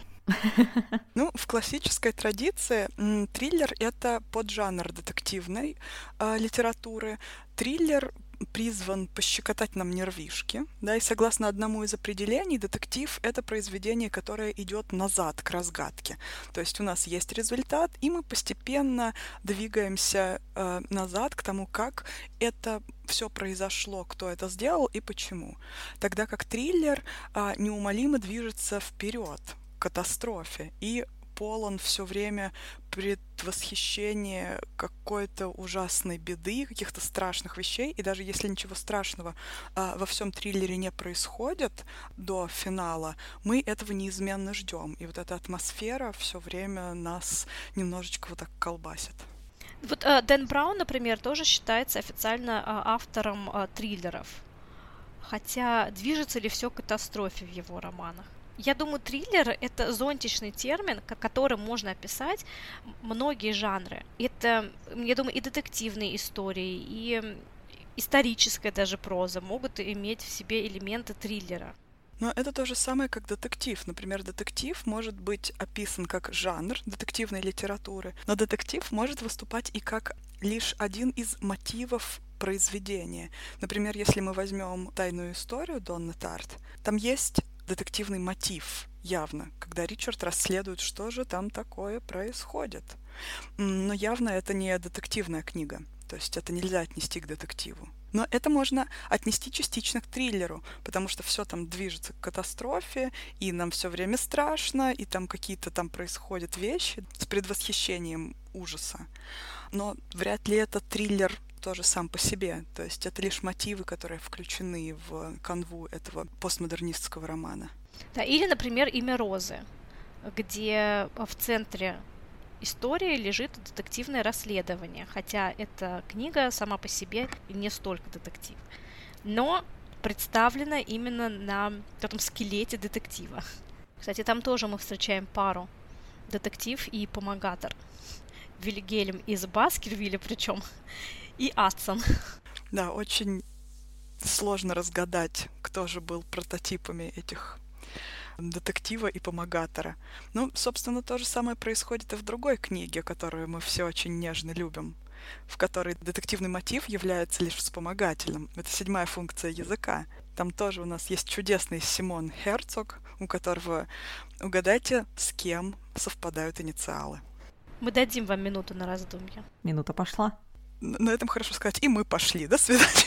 Ну, в классической традиции м, триллер — это поджанр детективной э, литературы. Триллер призван пощекотать нам нервишки, да, и согласно одному из определений, детектив — это произведение, которое идет назад к разгадке. То есть у нас есть результат, и мы постепенно двигаемся э, назад к тому, как это все произошло, кто это сделал и почему. Тогда как триллер э, неумолимо движется вперед к катастрофе и полон все время предвосхищения какой-то ужасной беды, каких-то страшных вещей, и даже если ничего страшного а, во всем триллере не происходит до финала, мы этого неизменно ждем, и вот эта атмосфера все время нас немножечко вот так колбасит. Вот э, Дэн Браун, например, тоже считается официально э, автором э, триллеров, хотя движется ли все к катастрофе в его романах? Я думаю, триллер — это зонтичный термин, которым можно описать многие жанры. Это, я думаю, и детективные истории, и историческая даже проза могут иметь в себе элементы триллера. Но это то же самое, как детектив. Например, детектив может быть описан как жанр детективной литературы, но детектив может выступать и как лишь один из мотивов произведения. Например, если мы возьмем «Тайную историю» Донны Тарт, там есть детективный мотив, явно, когда Ричард расследует, что же там такое происходит. Но явно это не детективная книга, то есть это нельзя отнести к детективу. Но это можно отнести частично к триллеру, потому что все там движется к катастрофе, и нам все время страшно, и там какие-то там происходят вещи с предвосхищением ужаса. Но вряд ли это триллер тоже сам по себе. То есть это лишь мотивы, которые включены в канву этого постмодернистского романа. Да, или, например, «Имя Розы», где в центре истории лежит детективное расследование, хотя эта книга сама по себе не столько детектив, но представлена именно на этом скелете детектива. Кстати, там тоже мы встречаем пару: детектив и помогатор. Вильгельм из Баскервилля причем, и Адсон. Да, очень сложно разгадать, кто же был прототипами этих детектива и помогатора. Ну, собственно, то же самое происходит и в другой книге, которую мы все очень нежно любим, в которой детективный мотив является лишь вспомогательным. Это седьмая функция языка. Там тоже у нас есть чудесный Симон Херцог, у которого, угадайте, с кем совпадают инициалы. Мы дадим вам минуту на раздумье. Минута пошла. На этом хорошо сказать. И мы пошли. До свидания.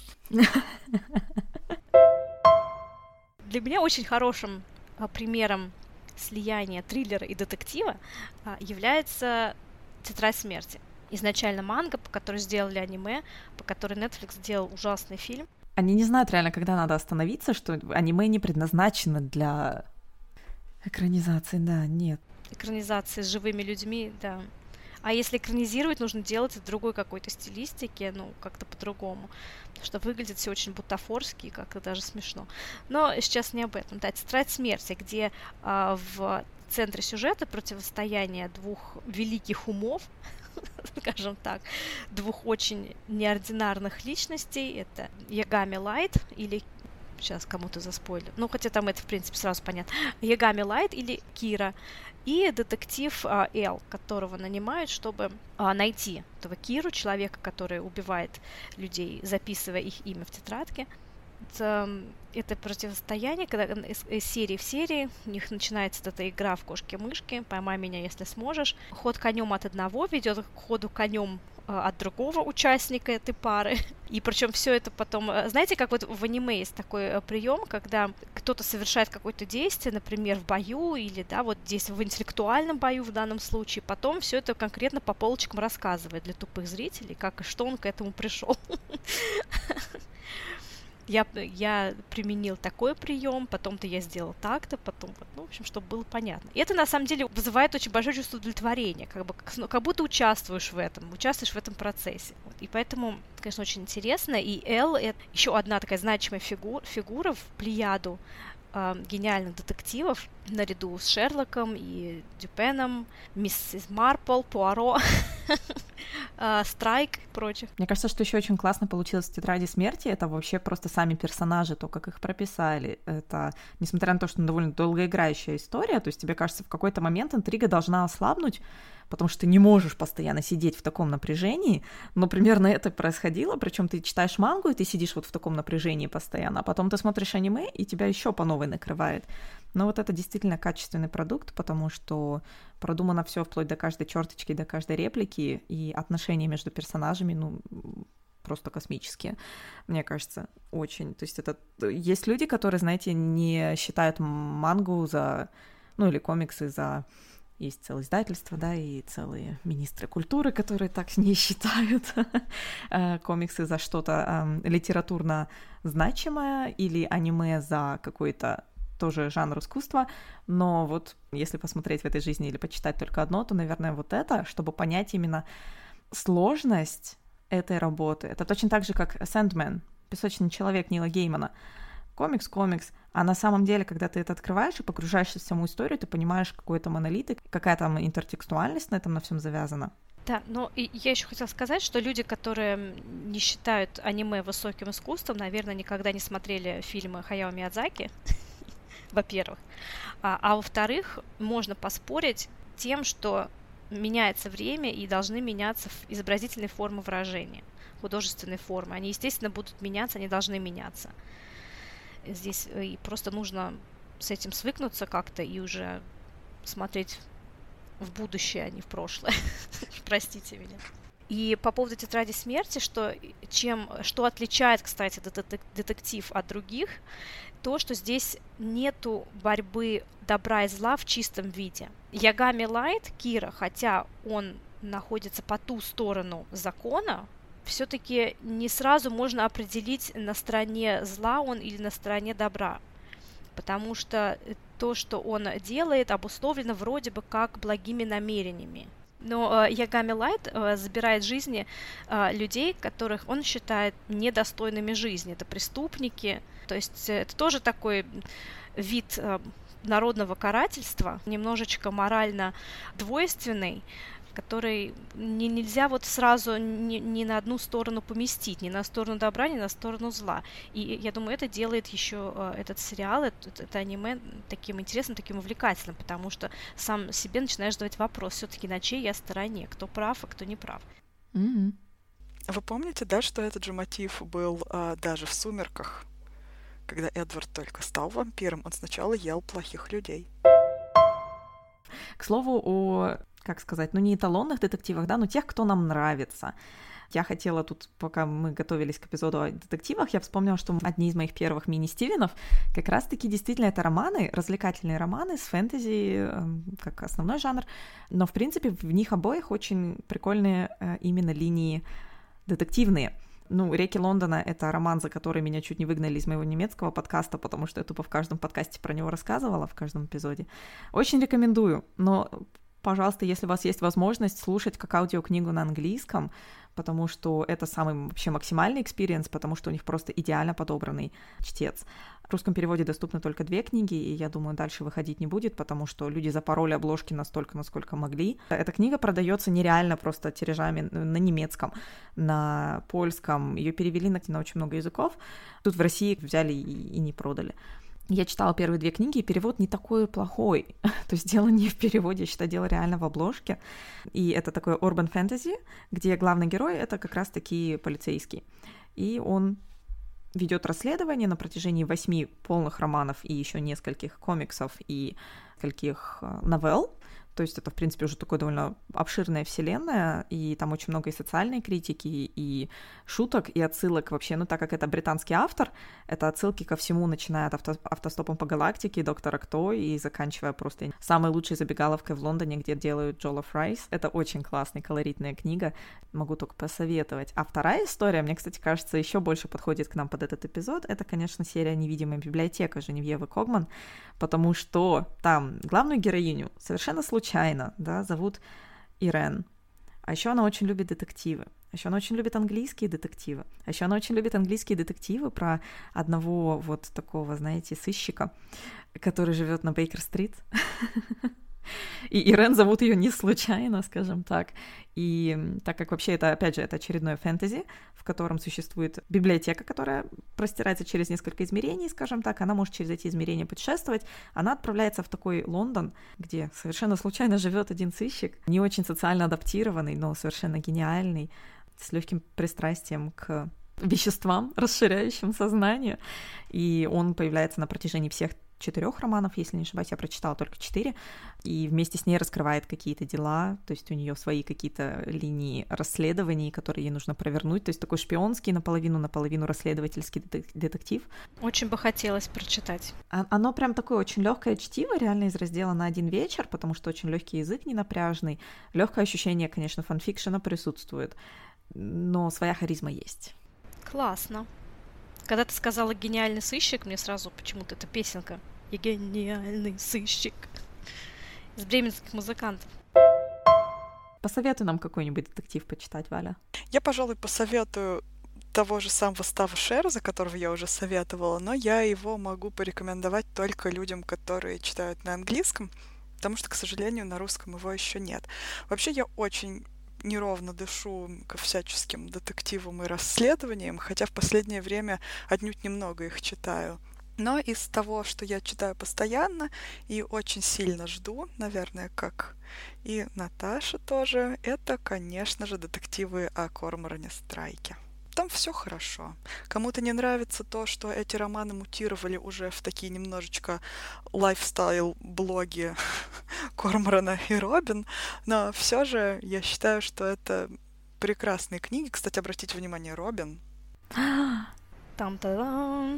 Для меня очень хорошим а, примером слияния триллера и детектива а, является «Тетрадь смерти». Изначально манга, по которой сделали аниме, по которой Netflix сделал ужасный фильм. Они не знают реально, когда надо остановиться, что аниме не предназначено для экранизации, да, нет. Экранизации с живыми людьми, да. А если экранизировать, нужно делать в другой какой-то стилистике, ну, как-то по-другому. Потому что выглядит все очень бутафорски, как-то даже смешно. Но сейчас не об этом. Да, «Тетрадь смерти», где а, в центре сюжета противостояние двух великих умов, скажем так, двух очень неординарных личностей. Это Ягами Лайт или... Сейчас кому-то заспойлю. Ну, хотя там это, в принципе, сразу понятно. Ягами Лайт или Кира. И детектив а, Эл, которого нанимают, чтобы а, найти этого Киру, человека, который убивает людей, записывая их имя в тетрадке. Это, это противостояние, когда из, из серии в серии у них начинается эта игра в кошки-мышки, поймай меня, если сможешь. Ход конем от одного ведет к ходу конем от другого участника этой пары. И причем все это потом... Знаете, как вот в аниме есть такой прием, когда кто-то совершает какое-то действие, например, в бою или, да, вот здесь в интеллектуальном бою в данном случае, потом все это конкретно по полочкам рассказывает для тупых зрителей, как и что он к этому пришел. Я, я применил такой прием, потом-то я сделал так-то, потом, вот, ну, в общем, чтобы было понятно. И это, на самом деле, вызывает очень большое чувство удовлетворения, как бы, как, как будто участвуешь в этом, участвуешь в этом процессе. Вот. И поэтому, конечно, очень интересно. И Эл — это еще одна такая значимая фигур, фигура в плеяду э, гениальных детективов, наряду с Шерлоком и Дюпеном, миссис Марпл, Пуаро, Страйк и прочих. Мне кажется, что еще очень классно получилось в «Тетради смерти». Это вообще просто сами персонажи, то, как их прописали. Это, несмотря на то, что довольно долгоиграющая история, то есть тебе кажется, в какой-то момент интрига должна ослабнуть, потому что ты не можешь постоянно сидеть в таком напряжении, но примерно это происходило, причем ты читаешь мангу, и ты сидишь вот в таком напряжении постоянно, а потом ты смотришь аниме, и тебя еще по новой накрывает. Но вот это действительно качественный продукт, потому что продумано все вплоть до каждой черточки, до каждой реплики, и отношения между персонажами, ну, просто космические, мне кажется, очень. То есть это... Есть люди, которые, знаете, не считают мангу за... Ну, или комиксы за... Есть целое издательство, да, и целые министры культуры, которые так не считают комиксы за что-то литературно значимое или аниме за какой-то тоже жанр искусства, но вот если посмотреть в этой жизни или почитать только одно, то, наверное, вот это, чтобы понять именно сложность этой работы. Это точно так же, как «Сэндмен», «Песочный человек» Нила Геймана. Комикс, комикс. А на самом деле, когда ты это открываешь и погружаешься в саму историю, ты понимаешь, какой это монолит, и какая там интертекстуальность на этом на всем завязана. Да, но и я еще хотела сказать, что люди, которые не считают аниме высоким искусством, наверное, никогда не смотрели фильмы Хаяо Миядзаки, во-первых. А, а во-вторых, можно поспорить тем, что меняется время и должны меняться изобразительные формы выражения, художественные формы. Они, естественно, будут меняться, они должны меняться. Здесь и просто нужно с этим свыкнуться как-то и уже смотреть в будущее, а не в прошлое. Простите меня. И по поводу «Тетради смерти», что, чем, что отличает, кстати, детектив от других, то, что здесь нету борьбы добра и зла в чистом виде. Ягами Лайт, Кира, хотя он находится по ту сторону закона, все-таки не сразу можно определить, на стороне зла он или на стороне добра. Потому что то, что он делает, обусловлено вроде бы как благими намерениями. Но э, Ягами Лайт э, забирает жизни э, людей, которых он считает недостойными жизни. Это преступники. То есть э, это тоже такой вид э, народного карательства, немножечко морально двойственный, который не, нельзя вот сразу ни, ни на одну сторону поместить, ни на сторону добра, ни на сторону зла. И я думаю, это делает еще э, этот сериал, это, это аниме таким интересным, таким увлекательным, потому что сам себе начинаешь задавать вопрос, все-таки на чьей я стороне, кто прав, а кто не прав. Mm-hmm. Вы помните, да, что этот же мотив был э, даже в «Сумерках», когда Эдвард только стал вампиром, он сначала ел плохих людей. К слову, о... как сказать, ну не эталонных детективах, да, но тех, кто нам нравится. Я хотела тут, пока мы готовились к эпизоду о детективах, я вспомнила, что одни из моих первых мини-Стивенов как раз-таки действительно это романы, развлекательные романы с фэнтези, как основной жанр, но, в принципе, в них обоих очень прикольные именно линии детективные. Ну, «Реки Лондона» — это роман, за который меня чуть не выгнали из моего немецкого подкаста, потому что я тупо в каждом подкасте про него рассказывала, в каждом эпизоде. Очень рекомендую, но... Пожалуйста, если у вас есть возможность слушать как аудиокнигу на английском, потому что это самый вообще максимальный экспириенс, потому что у них просто идеально подобранный чтец. В русском переводе доступны только две книги, и я думаю, дальше выходить не будет, потому что люди запороли обложки настолько, насколько могли. Эта книга продается нереально просто тиражами на немецком, на польском. Ее перевели на, на очень много языков. Тут в России взяли и, и не продали. Я читала первые две книги, и перевод не такой плохой. То есть дело не в переводе, я считаю, дело реально в обложке. И это такое urban fantasy, где главный герой — это как раз-таки полицейский. И он ведет расследование на протяжении восьми полных романов и еще нескольких комиксов и нескольких новелл. То есть это, в принципе, уже такое довольно обширная вселенная, и там очень много и социальной критики, и шуток, и отсылок вообще. Ну, так как это британский автор, это отсылки ко всему, начиная от авто, «Автостопом по галактике», «Доктора Кто» и заканчивая просто самой лучшей забегаловкой в Лондоне, где делают Джолоф Райс. Это очень классная, колоритная книга, могу только посоветовать. А вторая история, мне, кстати, кажется, еще больше подходит к нам под этот эпизод. Это, конечно, серия «Невидимая библиотека» Женевьевы Когман, потому что там главную героиню совершенно случайно Случайно, да, зовут Ирен. А еще она очень любит детективы. А еще она очень любит английские детективы. А еще она очень любит английские детективы про одного вот такого, знаете, сыщика, который живет на Бейкер-стрит. И Ирен зовут ее не случайно, скажем так. И так как вообще это, опять же, это очередное фэнтези, в котором существует библиотека, которая простирается через несколько измерений, скажем так, она может через эти измерения путешествовать, она отправляется в такой Лондон, где совершенно случайно живет один сыщик, не очень социально адаптированный, но совершенно гениальный, с легким пристрастием к веществам, расширяющим сознание. И он появляется на протяжении всех четырех романов, если не ошибаюсь, я прочитала только четыре, и вместе с ней раскрывает какие-то дела, то есть у нее свои какие-то линии расследований, которые ей нужно провернуть, то есть такой шпионский наполовину, наполовину расследовательский детектив. Очень бы хотелось прочитать. Оно прям такое очень легкое чтиво, реально из раздела на один вечер, потому что очень легкий язык, не напряжный, легкое ощущение, конечно, фанфикшена присутствует, но своя харизма есть. Классно. Когда ты сказала «гениальный сыщик», мне сразу почему-то эта песенка «Я гениальный сыщик» из бременских музыкантов. Посоветуй нам какой-нибудь детектив почитать, Валя. Я, пожалуй, посоветую того же самого Става Шерза, которого я уже советовала, но я его могу порекомендовать только людям, которые читают на английском, потому что, к сожалению, на русском его еще нет. Вообще, я очень неровно дышу ко всяческим детективам и расследованиям, хотя в последнее время отнюдь немного их читаю. Но из того, что я читаю постоянно и очень сильно жду, наверное, как и Наташа тоже, это, конечно же, детективы о Корморане Страйке. Там все хорошо. Кому-то не нравится то, что эти романы мутировали уже в такие немножечко лайфстайл-блоги Корморана и Робин, но все же я считаю, что это прекрасные книги. Кстати, обратите внимание, Робин. Там-та-дам.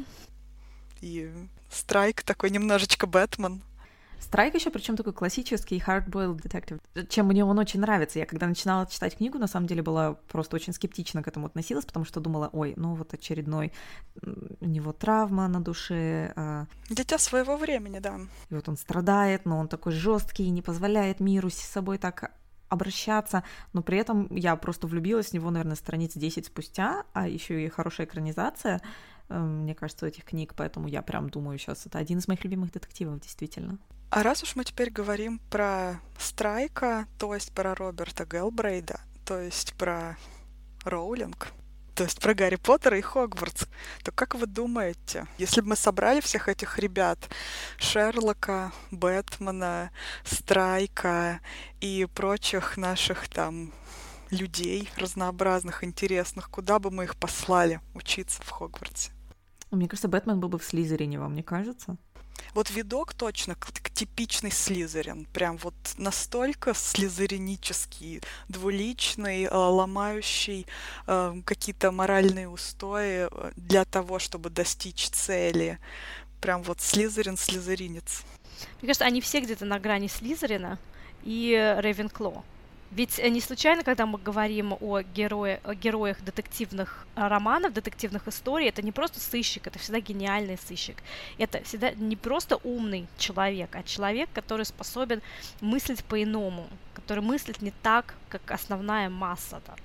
И Страйк такой немножечко Бэтмен. Страйк еще, причем такой классический hard-boiled detective. Чем мне он очень нравится. Я когда начинала читать книгу, на самом деле была просто очень скептично к этому относилась, потому что думала, ой, ну вот очередной у него травма на душе. А... Дитя своего времени, да. И вот он страдает, но он такой жесткий, не позволяет миру с собой так обращаться, но при этом я просто влюбилась в него, наверное, страниц десять спустя, а еще и хорошая экранизация, мне кажется, у этих книг, поэтому я прям думаю сейчас, это один из моих любимых детективов, действительно. А раз уж мы теперь говорим про Страйка, то есть про Роберта Гелбрейда, то есть про Роулинг, то есть про Гарри Поттера и Хогвартс, то как вы думаете, если бы мы собрали всех этих ребят, Шерлока, Бэтмена, Страйка и прочих наших там людей разнообразных, интересных, куда бы мы их послали учиться в Хогвартсе? Мне кажется, Бэтмен был бы в Слизерине, вам не кажется? Вот видок точно типичный Слизерин, прям вот настолько слизеринический, двуличный, ломающий э, какие-то моральные устои для того, чтобы достичь цели. Прям вот Слизерин, слизеринец. Мне кажется, они все где-то на грани Слизерина и Рейвенкло. Ведь не случайно, когда мы говорим о, герое, о героях детективных романов, детективных историй, это не просто сыщик, это всегда гениальный сыщик. Это всегда не просто умный человек, а человек, который способен мыслить по-иному, который мыслит не так, как основная масса да,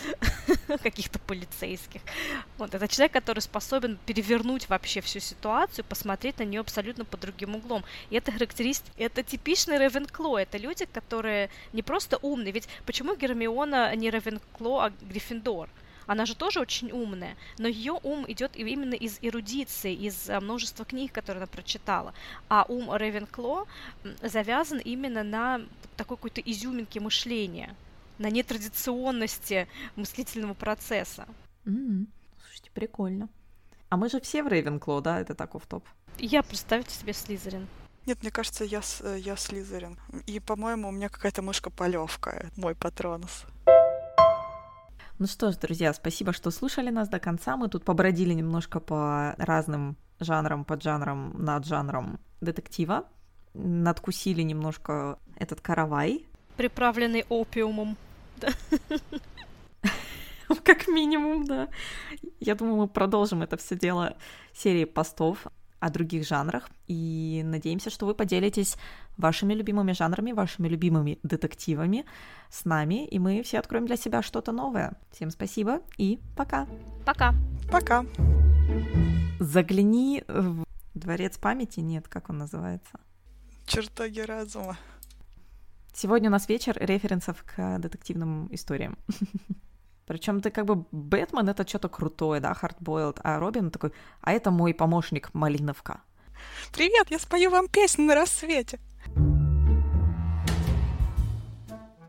каких-то полицейских. Вот, это человек, который способен перевернуть вообще всю ситуацию, посмотреть на нее абсолютно под другим углом. И это характеристика, это типичный Рейвенкло, это люди, которые не просто умные. Ведь почему Гермиона не Рейвенкло, а Гриффиндор? Она же тоже очень умная, но ее ум идет именно из эрудиции, из множества книг, которые она прочитала. А ум Рейвенкло завязан именно на такой какой-то изюминке мышления, на нетрадиционности мыслительного процесса. Mm-hmm. Слушайте, прикольно. А мы же все в Рейвенкло, да? Это так офф-топ. Я, представьте себе, Слизерин. Нет, мне кажется, я, я Слизерин. И, по-моему, у меня какая-то мышка-полевка, мой Патронус. Ну что ж, друзья, спасибо, что слушали нас до конца. Мы тут побродили немножко по разным жанрам, поджанрам, наджанрам детектива. Надкусили немножко этот каравай. Приправленный опиумом. Как минимум, да. Я думаю, мы продолжим это все дело серии постов о других жанрах, и надеемся, что вы поделитесь вашими любимыми жанрами, вашими любимыми детективами с нами, и мы все откроем для себя что-то новое. Всем спасибо и пока! Пока! Пока! Загляни в Дворец памяти, нет, как он называется? Чертоги разума. Сегодня у нас вечер референсов к детективным историям. Причем ты как бы Бэтмен — это что-то крутое, да, hardboiled, а Робин такой, а это мой помощник Малиновка. Привет, я спою вам песню на рассвете.